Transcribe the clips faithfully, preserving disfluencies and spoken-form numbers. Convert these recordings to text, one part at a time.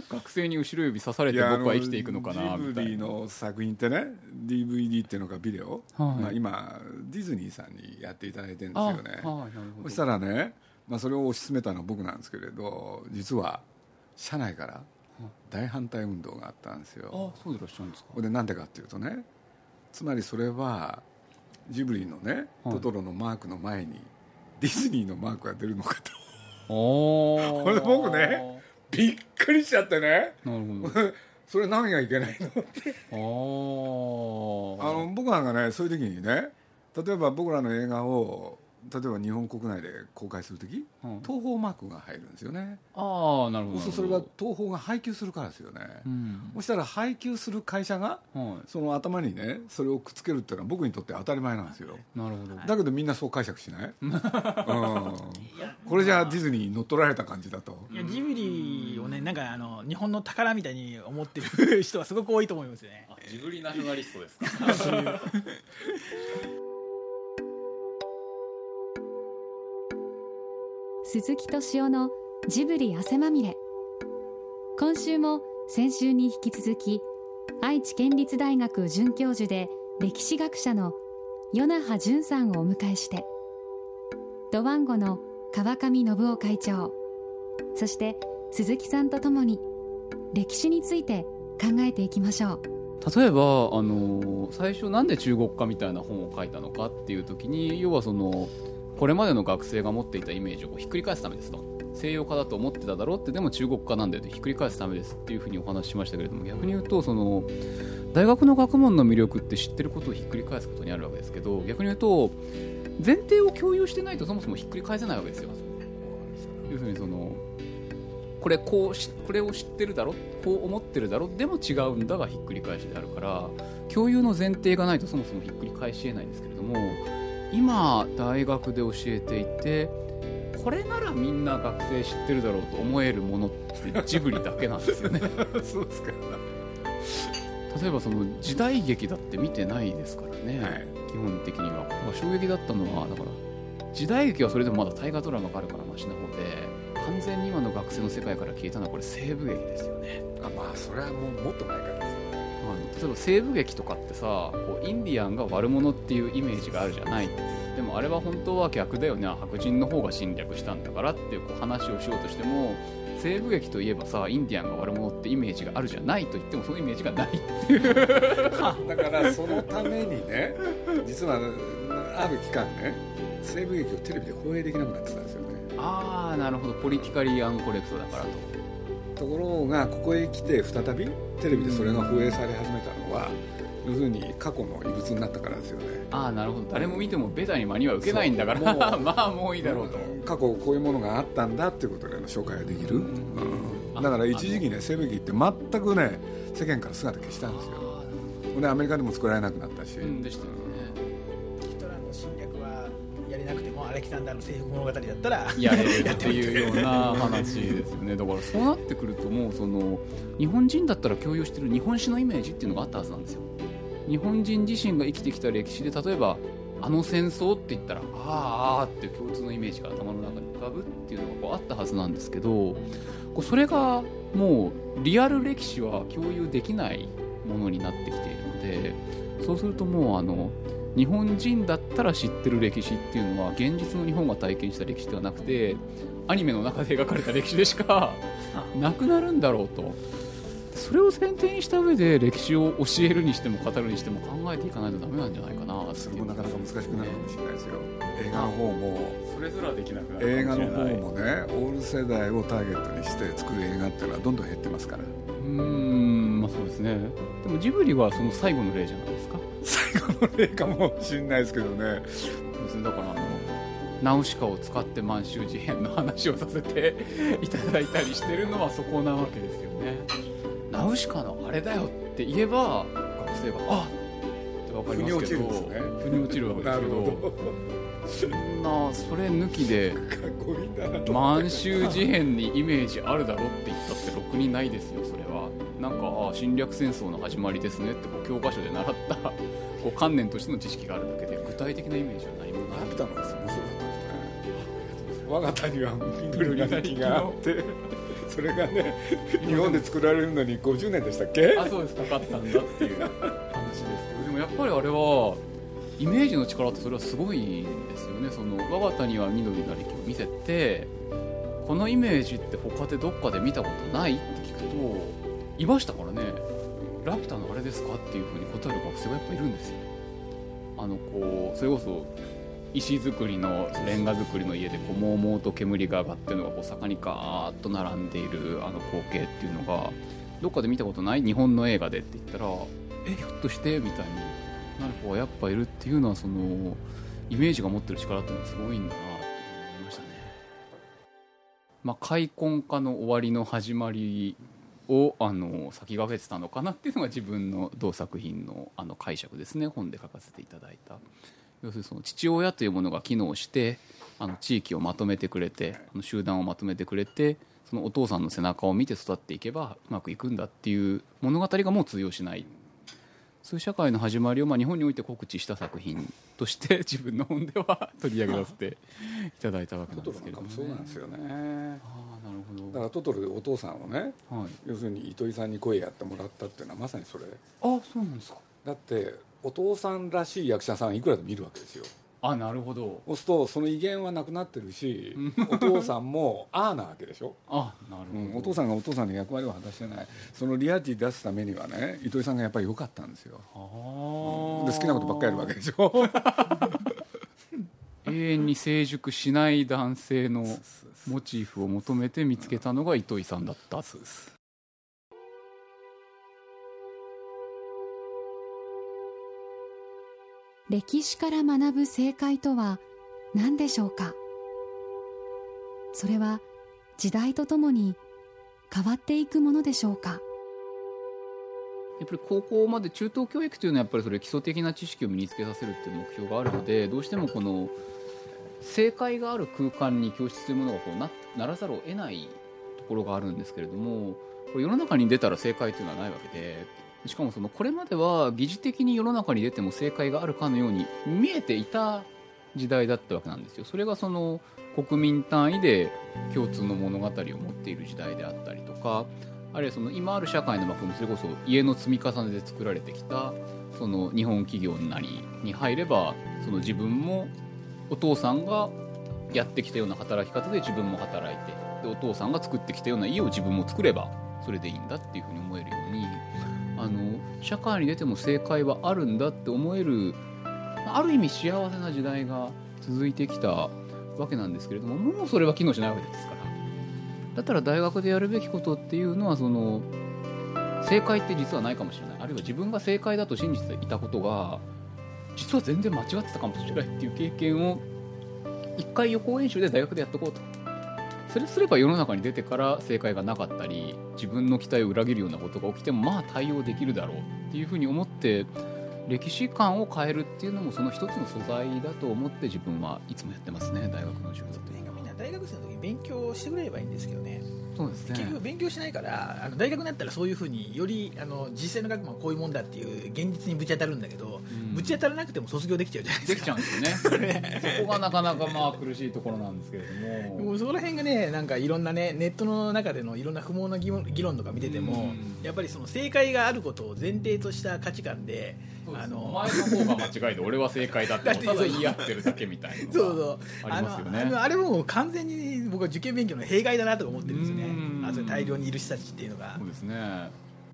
学生に後ろ指刺されて僕は生きていくのかなみたいな。 ジブリの作品ってね ディーブイディー っていうのかビデオ、はいまあ、今ディズニーさんにやっていただいてるんですよね、はい、なるほど。そしたらね、まあ、それを推し進めたのは僕なんですけれど、実は社内から大反対運動があったんですよ。 あ、そうでいらっしゃるんですか。 でなんでかっていうとね、つまりそれはジブリのね、はい、トトロのマークの前にディズニーのマークが出るのかと。これ僕ねびっくりしちゃってね。なるほどそれ何がいけないのってあの僕なんかね、そういう時にね、例えば僕らの映画を例えば日本国内で公開するとき、うん、東宝マークが入るんですよね。 ああ、なるほど。 そうするとそれが東宝が配給するからですよね、うん、そしたら配給する会社が、はい、その頭にねそれをくっつけるっていうのは僕にとって当たり前なんですよ。 なるほど。 だけどみんなそう解釈しない、うん、これじゃあディズニーに乗っ取られた感じだと。 いやジブリをね、なんかあの日本の宝みたいに思ってる人はすごく多いと思いますよね。 あ、ジブリナショナリストですか鈴木敏夫のジブリ汗まみれ。今週も先週に引き続き愛知県立大学准教授で歴史学者の与那覇純さんをお迎えして、ドワンゴの川上信夫会長、そして鈴木さんとともに歴史について考えていきましょう。 例えばあの最初なんで中国化みたいな本を書いたのかっていう時に、要はそのこれまでの学生が持っていたイメージをひっくり返すためですと。西洋化だと思ってただろうって、でも中国化なんだよってひっくり返すためですっていうふうにお話ししましたけれども、逆に言うとその大学の学問の魅力って知ってることをひっくり返すことにあるわけですけど、逆に言うと前提を共有してないとそもそもひっくり返せないわけですよ。要するにそのこれこうしこれを知ってるだろ、こう思ってるだろ、でも違うんだがひっくり返しであるから、共有の前提がないとそもそもひっくり返し得ないんですけれども、今大学で教えていてこれならみんな学生知ってるだろうと思えるものってジブリだけなんですよねそうですか。 例えばその時代劇だって見てないですからね、はい、基本的には。衝撃だったのはだから時代劇はそれでもまだ大河ドラマがあるからマシな方で、完全に今の学生の世界から消えたのはこれ西部劇ですよね。 あ、まあそれはもうもっと前からですよ。 例えば西部劇とかってさ、こうインディアンが悪者っていうイメージがあるじゃないっていう。でもあれは本当は逆だよね、白人の方が侵略したんだからっていう、こう話をしようとしても、西部劇といえばさインディアンが悪者ってイメージがあるじゃないと言ってもそのイメージがないっていうだからそのためにね、実はある期間ね西部劇をテレビで放映できなくなってたんですよね。 ああ、なるほど。ポリティカリーアンコレクトだからと。 ところがここへ来て再びテレビでそれが放映され始めたのは、要するに過去の遺物になったからですよね。 ああ、なるほど。誰も見てもベタに真には受けないんだからまあもういいだろうと。 過去こういうものがあったんだっていうことでの紹介ができる、うんうん、だから一時期ね西部劇って全くね世間から姿消したんですよ。でアメリカでも作られなくなったし、うん、 でしたよね。 ヒトラーの侵略はやれなくてもアレキサンダーの征服物語だったらやれるっていうような話ですよね。だからそうなってくるともうその日本人だったら共有してる日本史のイメージっていうのがあったはずなんですよ。日本人自身が生きてきた歴史で、例えばあの戦争って言ったらあーあーって共通のイメージが頭の中に浮かぶっていうのがこうあったはずなんですけど、こうそれがもうリアル歴史は共有できないものになってきているので、そうするともうあの日本人だったら知ってる歴史っていうのは現実の日本が体験した歴史ではなくてアニメの中で描かれた歴史でしかなくなるんだろうと。それを前提にした上で歴史を教えるにしても語るにしても考えていかないとダメなんじゃないかな。 それもなかなか難しくなるかもしれないですよ。映画の方もそれすらできなくなるかもしれない。 映画の方もねオール世代をターゲットにして作る映画っていうのはどんどん減ってますから。 うーん、まあそうですね。でもジブリはその最後の例じゃないですか。 最後の例かもしれないですけどね。 そうですね。だからあのナウシカを使って満州事変の話をさせていただいたりしてるのはそこなわけですよね。ナウシカのあれだよって言えば学生があって分かりますけど、腑に落ちるわけですけど、そんなそれ抜きで満州事変にイメージあるだろって言ったってろくにないですよ。それはなんかあ侵略戦争の始まりですねってこう教科書で習ったこう観念としての知識があるだけで具体的なイメージは何もない。 ラピュタのです面白かったですね。我が谷は緑が木があってそれがね日本で作られるのにごじゅうねんでしたっけ。 あ、そうです、かかったんだっていう話ですけど、でもやっぱりあれはイメージの力ってそれはすごいんですよね。その我が谷は緑なりきを見せて、このイメージって他でどっかで見たことないって聞くと、いましたからね、ラピュタのあれですかっていうふうに答える学生がやっぱいるんですよ。あのこうそれこそ石造りのレンガ造りの家でこうもうもうと煙が上がってるのがこう坂にガーッと並んでいるあの光景っていうのがどっかで見たことない日本の映画でって言ったら、えひょっとしてみたいになる子がやっぱいるっていうのは、そのイメージが持ってる力っていうのはすごいんだなって思いましたね。まあ開墾化の終わりの始まりをあの先駆けてたのかなっていうのが自分の同作品のあの解釈ですね。本で書かせていただいた、要するにその父親というものが機能してあの地域をまとめてくれて、あの集団をまとめてくれて、そのお父さんの背中を見て育っていけばうまくいくんだっていう物語がもう通用しない、そういう社会の始まりをまあ日本において告知した作品として自分の本では取り上げさせていただいたわけなんですけれども、ね、 トトロなんかもそうなんですよね。 あ、なるほど。 だからトトロでお父さんをね、 はい、 要するに糸井さんに声やってもらったっていうのはまさにそれ。 あ、そうなんですか。 だってお父さんらしい役者さんいくらでもいるわけですよ。 あ、なるほど。 そうするとその威厳はなくなってるしお父さんもああなわけでしょ。 あ、なるほど、 うん、お父さんがお父さんの役割を果たしてない、そのリアリティ出すためにはね、糸井さんがやっぱり良かったんですよ。 あ、 うん、で好きなことばっかりやるわけでしょ永遠に成熟しない男性のモチーフを求めて見つけたのが糸井さんだった。そうです。 歴史から学ぶ正解とは何でしょうか。それは時代とともに変わっていくものでしょうか。 やっぱり高校まで中等教育というのはやっぱりそれ基礎的な知識を身につけさせるっていう目標があるので、どうしてもこの正解がある空間に教室というものがこう な, ならざるを得ないところがあるんですけれども、これ世の中に出たら正解というのはないわけで、しかもそのこれまでは疑似的に世の中に出ても正解があるかのように見えていた時代だったわけなんですよ。それがその国民単位で共通の物語を持っている時代であったりとか、あるいはその今ある社会の枠組み、それこそ家の積み重ねで作られてきたその日本企業なりに入れば、その自分もお父さんがやってきたような働き方で自分も働いて、でお父さんが作ってきたような家を自分も作ればそれでいいんだっていうふうに思えるように、あの社会に出ても正解はあるんだって思える、ある意味幸せな時代が続いてきたわけなんですけれども、もうそれは機能しないわけですから、だったら大学でやるべきことっていうのは、その正解って実はないかもしれない、あるいは自分が正解だと信じていたことが実は全然間違ってたかもしれないっていう経験を一回予行演習で大学でやっとこうと。それすれば世の中に出てから正解がなかったり、自分の期待を裏切るようなことが起きてもまあ対応できるだろうっていうふうに思って、歴史観を変えるっていうのもその一つの素材だと思って自分はいつもやってますね、大学の授業で。 みんな大学生の時に勉強してくれればいいんですけどね。 そうですね、 結局勉強しないから、あの大学になったらそういうふうによりあの実際の学問はこういうもんだっていう現実にぶち当たるんだけど、うん、ぶち当たらなくても卒業できちゃうじゃないですか。 できちゃうんですよねそこがなかなかまあ苦しいところなんですけれども、 もうそこら辺がね、なんかいろんなねネットの中でのいろんな不毛な議論、議論とか見てても、うん、やっぱりその正解があることを前提とした価値観で、 あのお前の方が間違いで俺は正解だってただ言い合ってるだけみたいなのがありますよね。 そうそう、あの、あの、あれも完全に僕は受験勉強の弊害だなと思ってるんですよね。あそれ大量にいる人たちっていうのが。 そうですね、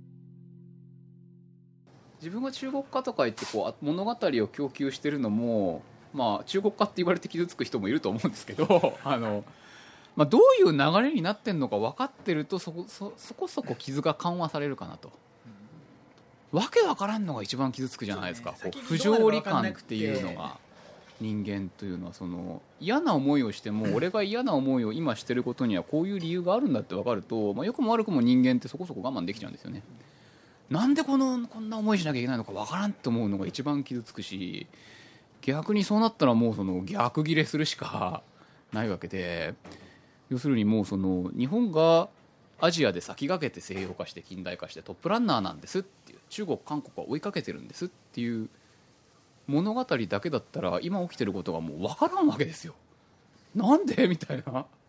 自分が中国化とか言ってこう物語を供給してるのも、まあ、中国化って言われて傷つく人もいると思うんですけどあの、まあ、どういう流れになってるのか分かってると そ, そ, そこそこ傷が緩和されるかなと。わけわからんのが一番傷つくじゃないですか、ね、こう不条理感っていうのが、人間というのはその嫌な思いをしても俺が嫌な思いを今してることにはこういう理由があるんだって分かると、まあ、良くも悪くも人間ってそこそこ我慢できちゃうんですよね。なんでこのこんな思いしなきゃいけないのか分からんって思うのが一番傷つくし、逆にそうなったらもうその逆ギレするしかないわけで、要するにもうその日本がアジアで先駆けて西洋化して近代化してトップランナーなんですっていう、中国韓国は追いかけてるんですっていう物語だけだったら今起きてることがもう分からんわけですよ。なんでみたいな、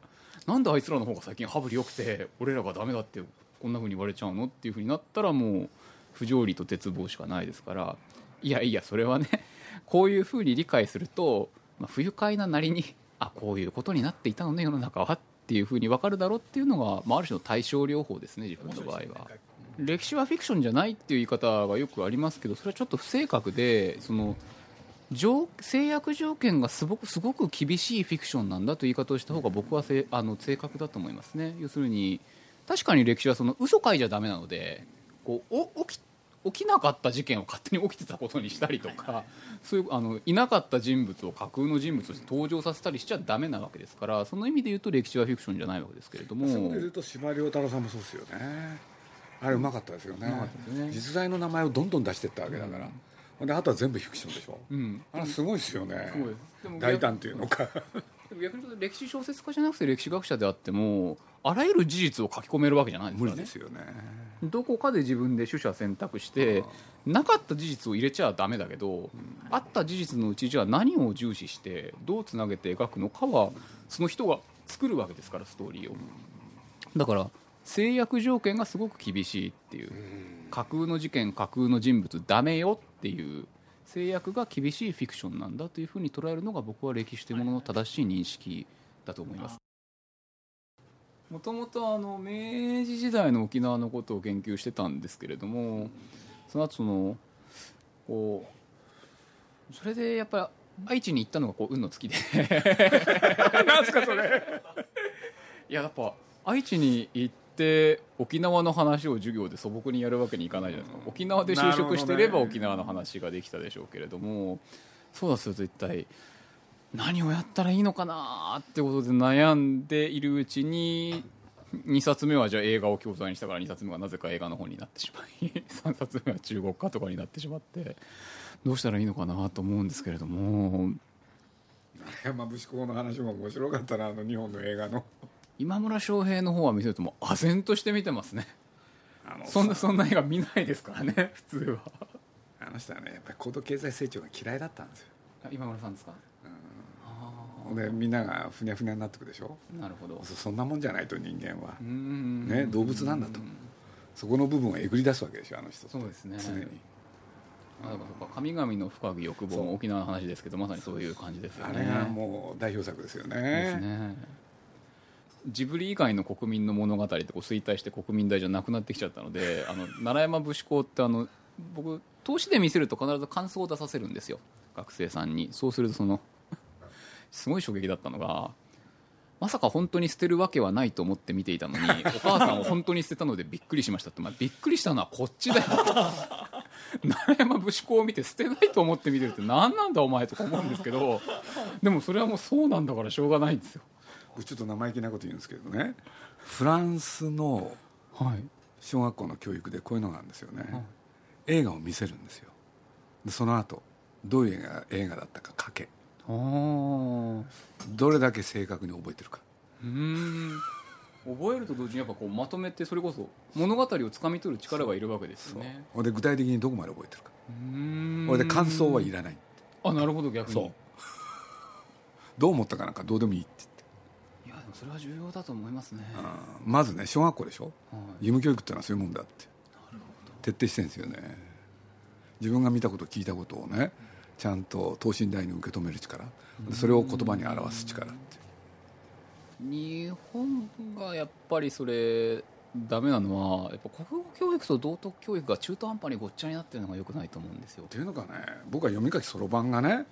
なんであいつらの方が最近羽振り良くて俺らがダメだってこんな風に言われちゃうのっていう風になったらもう不条理と鉄棒しかないですから、いやいやそれはねこういう風に理解すると、まあ、不愉快ななりにあこういうことになっていたのね世の中はっていう風に分かるだろうっていうのが、まあ、ある種の対症療法ですね自分の場合は。歴史はフィクションじゃないっていう言い方がよくありますけど、それはちょっと不正確で、その条制約条件がすごく、すごく厳しいフィクションなんだという言い方をした方が僕はせあの正確だと思いますね。要するに確かに歴史はその嘘書いちゃダメなので、こうお起き起きなかった事件を勝手に起きてたことにしたりとか、そういうあのいなかった人物を架空の人物として登場させたりしちゃダメなわけですから、その意味で言うと歴史はフィクションじゃないわけですけれども、 そういう意味で言うと司馬遼太郎さんもそうですよね。あれうまかったですよね。 うまかったですね。 実在の名前をどんどん出していったわけだから、うん、であとは全部フィクションでしょ、 うん、 あれすごいですよね。 すごいです。でも大胆っていうのかでも逆に言うと歴史小説家じゃなくて歴史学者であってもあらゆる事実を書き込めるわけじゃないですからね。 無理ですよね。 どこかで自分で取捨選択してなかった事実を入れちゃダメだけど、うん、あった事実のうちじゃあ何を重視してどうつなげて描くのかはその人が作るわけですから、ストーリーを。だから制約条件がすごく厳しいっていう、架空の事件架空の人物ダメよっていう制約が厳しいフィクションなんだというふうに捉えるのが僕は歴史というものの正しい認識だと思います。もともとあの明治時代の沖縄のことを研究してたんですけれども、その後そのこうそれでやっぱり愛知に行ったのがこう運の尽きでなんすかそれいややっぱ愛知に行って沖縄の話を授業で素朴にやるわけにいかないじゃないですか。沖縄で就職していれば沖縄の話ができたでしょうけれども、そうだすると一体何をやったらいいのかなってことで悩んでいるうちににさつめはじゃあ映画を教材にしたからにさつめがなぜか映画の方になってしまいさんさつめは中国化とかになってしまって、どうしたらいいのかなと思うんですけれども、 山伏港の話も面白かったな、あの日本の映画の。 今村翔平の方は見せるともう唖然として見てますね。あのそんなそんな映画見ないですからね普通は。 あの人はねやっぱり高度経済成長が嫌いだったんですよ。 今村さんですか。 でみんながふにゃふにゃになってくるでしょ。 なるほど。 そんなもんじゃないと人間は、 うんね、動物なんだと、そこの部分をえぐり出すわけでしょあの人。 そうですね、 常に。 あだから神々の深く欲望も沖縄の話ですけど、まさにそういう感じですよね。 あれがもう代表作ですよね。 ですね。ジブリ以外の国民の物語ってこう衰退して国民大じゃなくなってきちゃったので、あの奈良山節子ってあの僕投資で見せると必ず感想を出させるんですよ学生さんに。そうするとそのすごい衝撃だったのが、まさか本当に捨てるわけはないと思って見ていたのにお母さんを本当に捨てたのでびっくりしましたって、まあ、びっくりしたのはこっちだよ奈良山節子を見て捨てないと思って見てるって何なんだお前とか思うんですけど、でもそれはもうそうなんだからしょうがないんですよ。 ちょっと生意気なこと言うんですけどね、フランスの小学校の教育でこういうのがあるんですよね、はい、映画を見せるんですよ。でその後どういう映画、映画だったか書け、あどれだけ正確に覚えてるか。 うーん覚えると同時にやっぱこうまとめて、それこそ物語をつかみ取る力がいるわけですよね。 で具体的にどこまで覚えてるか。うーんこれで感想はいらない。 あなるほど。逆にそうどう思ったかなんかどうでもいいって言って。 いやでもそれは重要だと思いますね。 まずね小学校でしょ、はい、義務教育ってのはそういうもんだって徹底してるんですよね。自分が見たこと聞いたことをねちゃんと等身大に受け止める力、それを言葉に表す力って。 日本がやっぱりそれダメなのはやっぱ国語教育と道徳教育が中途半端にごっちゃになってるのが良くないと思うんですよ。 っていうのかね、僕は読み書きそろばんがね、はい、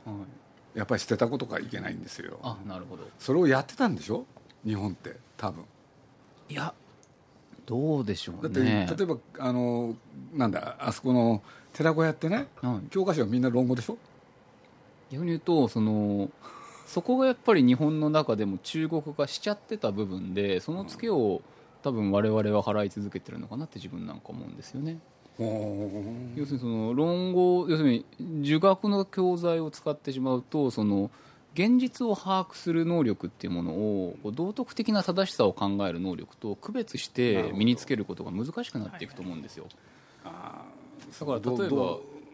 やっぱり捨てたことがいけないんですよ。 あなるほど。 それをやってたんでしょ日本って多分。 いやどうでしょうね。 だって例えばあのなんだあそこの寺子屋ってね、はい、教科書はみんな論語でしょ。 逆に言うとそのそこがやっぱり日本の中でも中国化しちゃってた部分で、そのツケを多分我々は払い続けてるのかなって自分なんか思うんですよね。要するにその論語、要するに儒学の教材を使ってしまうと、その現実を把握する能力っていうものを道徳的な正しさを考える能力と区別して身につけることが難しくなっていくと思うんですよ。だから例えば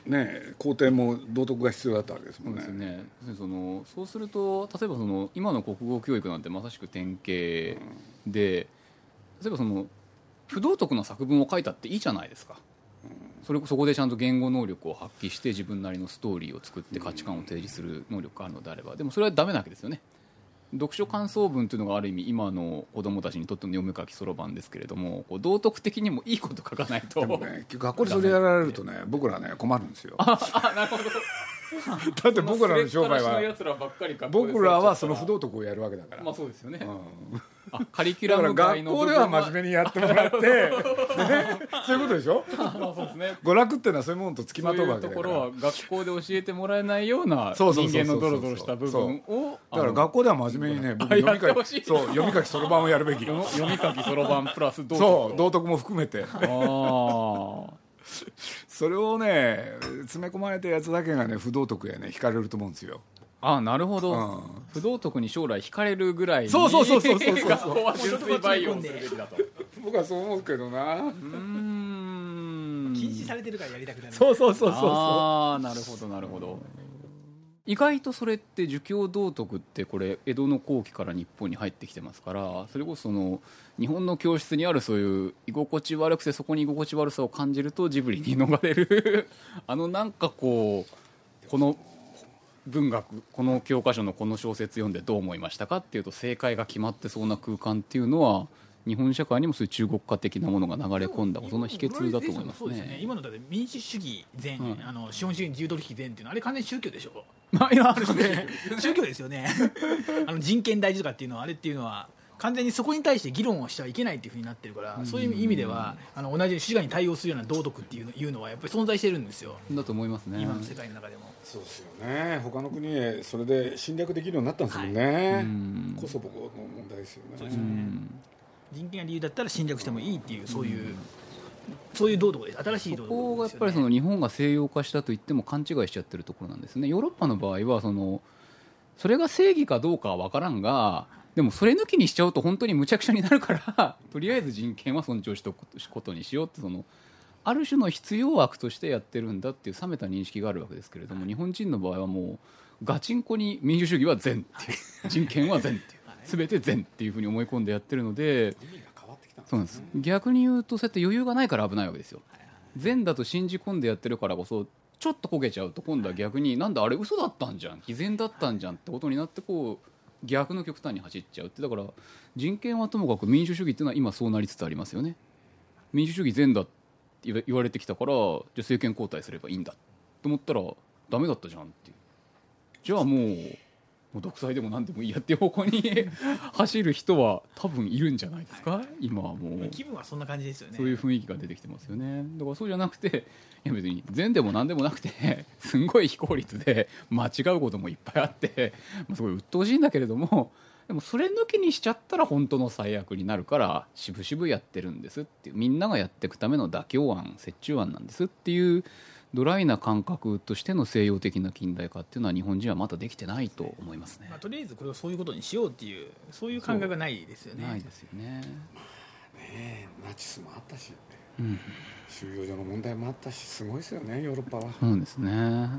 ね、皇帝も道徳が必要だったわけですもんね。 そうですね。そのそうすると例えばその今の国語教育なんてまさしく典型で、うん、例えばその不道徳の作文を書いたっていいじゃないですか。それそこでちゃんと言語能力を発揮して自分なりのストーリーを作って価値観を提示する能力があるのであれば、でもそれはダメなわけですよね。読書感想文というのがある意味今の子どもたちにとっての読み書きそろばんですけれども、こう道徳的にもいいこと書かないと。 でもね、学校でそれやられるとね、僕らね困るんですよ。 ああ、なるほど。 だって僕らの商売は僕らはその不道徳をやるわけだから。 まあそうですよね。うん、あカリキュラム外の学校では真面目にやってもらって、ね、そういうことでしょ。 まあそうですね。 娯楽っていうのはそういうものと付きまとうわけだから。 そういうところは学校で教えてもらえないような人間のドロドロした部分を、 だから学校では真面目にね、僕読み書きそう読み書きそろばんをやるべき。 読み書きそろばんプラス道徳。 そう道徳も含めて。 ああ。 それをね詰め込まれたやつだけがね不道徳やね惹かれると思うんですよ。 ああ、なるほど、うん、不道徳に将来惹かれるぐらいにそうそうそうそうそうそう学校は純粋培養するべきだと僕はそう思うけどな。うーん禁止されてるからやりたくなる。 そうそうそうそうそう。 ああ、なるほどなるほど。意外とそれって儒教道徳ってこれ江戸の後期から日本に入ってきてますから、それこそその日本の教室にあるそういう居心地悪くてそこに居心地悪さを感じるとジブリに逃れるあのなんかこうこの文学この教科書のこの小説読んでどう思いましたかっていうと正解が決まってそうな空間っていうのは日本社会にもそういう中国化的なものが流れ込んだことの秘訣だと思いますね。 そうですね。今のだって民主主義前、うん、あの資本主義自由取引前っていうのはあれ完全に宗教でしょ。 まあ、今あるね宗教ですよねあの人権大事とかっていうのはあれっていうのは完全にそこに対して議論をしてはいけないっていうふうになってるから、うん、そういう意味ではあの同じ主義に対応するような道徳っていうの、いうのはやっぱり存在してるんですよ。 だと思いますね。 今の世界の中でもそうですよね。他の国へそれで侵略できるようになったんですもんね、はい、コソボの問題ですよね。そうですね。 人権が理由だったら侵略してもいいっていうそういう、うん、そういう道徳です。新しい道徳ですよね。 そこがやっぱりその日本が西洋化したと言っても勘違いしちゃってるところなんですね。ヨーロッパの場合はそのそれが正義かどうかは分からんが、でもそれ抜きにしちゃうと本当にむちゃくちゃになるからとりあえず人権は尊重しておくことにしようって、そのある種の必要悪としてやってるんだっていう冷めた認識があるわけですけれども、日本人の場合はもうガチンコに民主主義は善っていう人権は善っていう全て善っていうふうに思い込んでやってるので、そうなんです。逆に言うとそうやって余裕がないから危ないわけですよ。善だと信じ込んでやってるからこそちょっと焦げちゃうと今度は逆になんだあれ嘘だったんじゃん、偽善だったんじゃんってことになってこう逆の極端に走っちゃうって。だから人権はともかく民主主義っていうのは今そうなりつつありますよね。民主主義善だって言われてきたからじゃあ政権交代すればいいんだと思ったらダメだったじゃんっていう。じゃあもうもう独裁でも何でもいいやっていう方向に走る人は多分いるんじゃないですか、はい、今はもう気分はそんな感じですよね。 そういう雰囲気が出てきてますよね。だからそうじゃなくて、いや別に善でも何でもなくてすんごい非効率で間違うこともいっぱいあって、まあ、すごい鬱陶しいんだけれども、でもそれ抜きにしちゃったら本当の最悪になるから渋々やってるんですっていう、みんながやっていくための妥協案折衷案なんですっていうドライな感覚としての西洋的な近代化っていうのは日本人はまだできてないと思いますね。 まあ、とりあえずこれをそういうことにしようっていうそういう感覚がないですよね。 ないですよね。 まあね、ナチスもあったし、うん、収容所の問題もあったし、すごいですよねヨーロッパは。 そうですね。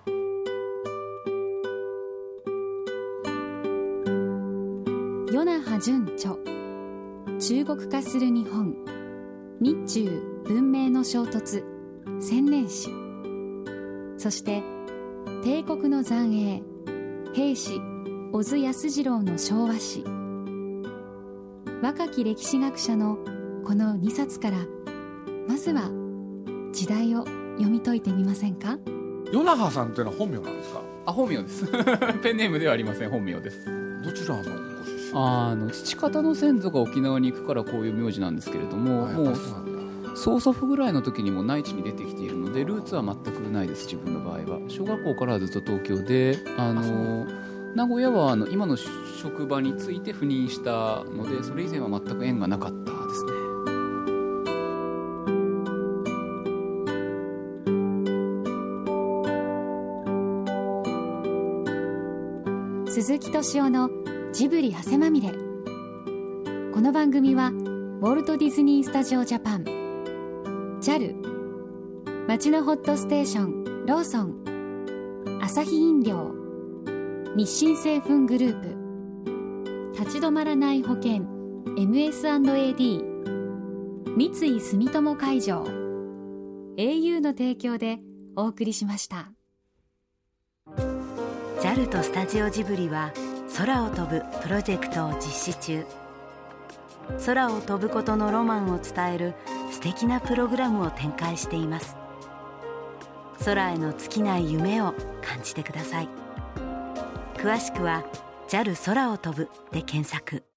与那覇順著、中国化する日本、日中文明の衝突千年史、そして帝国の残影、兵士小津安二郎の昭和史、若き歴史学者のこのにさつからまずは時代を読み解いてみませんか。 与那覇さんというのは本名なんですか。 あ、本名ですペンネームではありません。本名です。 どちらのご出身。 あの父方の先祖が沖縄に行くからこういう名字なんですけれども、もう曽祖父ぐらいの時にも内地に出てきているのでルーツは全くないです。自分の場合は小学校からはずっと東京で、あの名古屋はあの今の職場について赴任したので、それ以前は全く縁がなかったですね。 鈴木敏夫のジブリ汗まみれ。この番組はウォルト・ディズニー・スタジオ・ジャパン、ジャル、街のホットステーションローソン、アサヒ飲料、日清製粉グループ、立ち止まらない保険 エムエスアンドエーディー、 三井住友海上、 エーユー の提供でお送りしました。 ジャル とスタジオジブリは空を飛ぶプロジェクトを実施中。空を飛ぶことのロマンを伝える素敵なプログラムを展開しています。空への尽きない夢を感じてください。詳しくは ジャル 空を飛ぶで検索。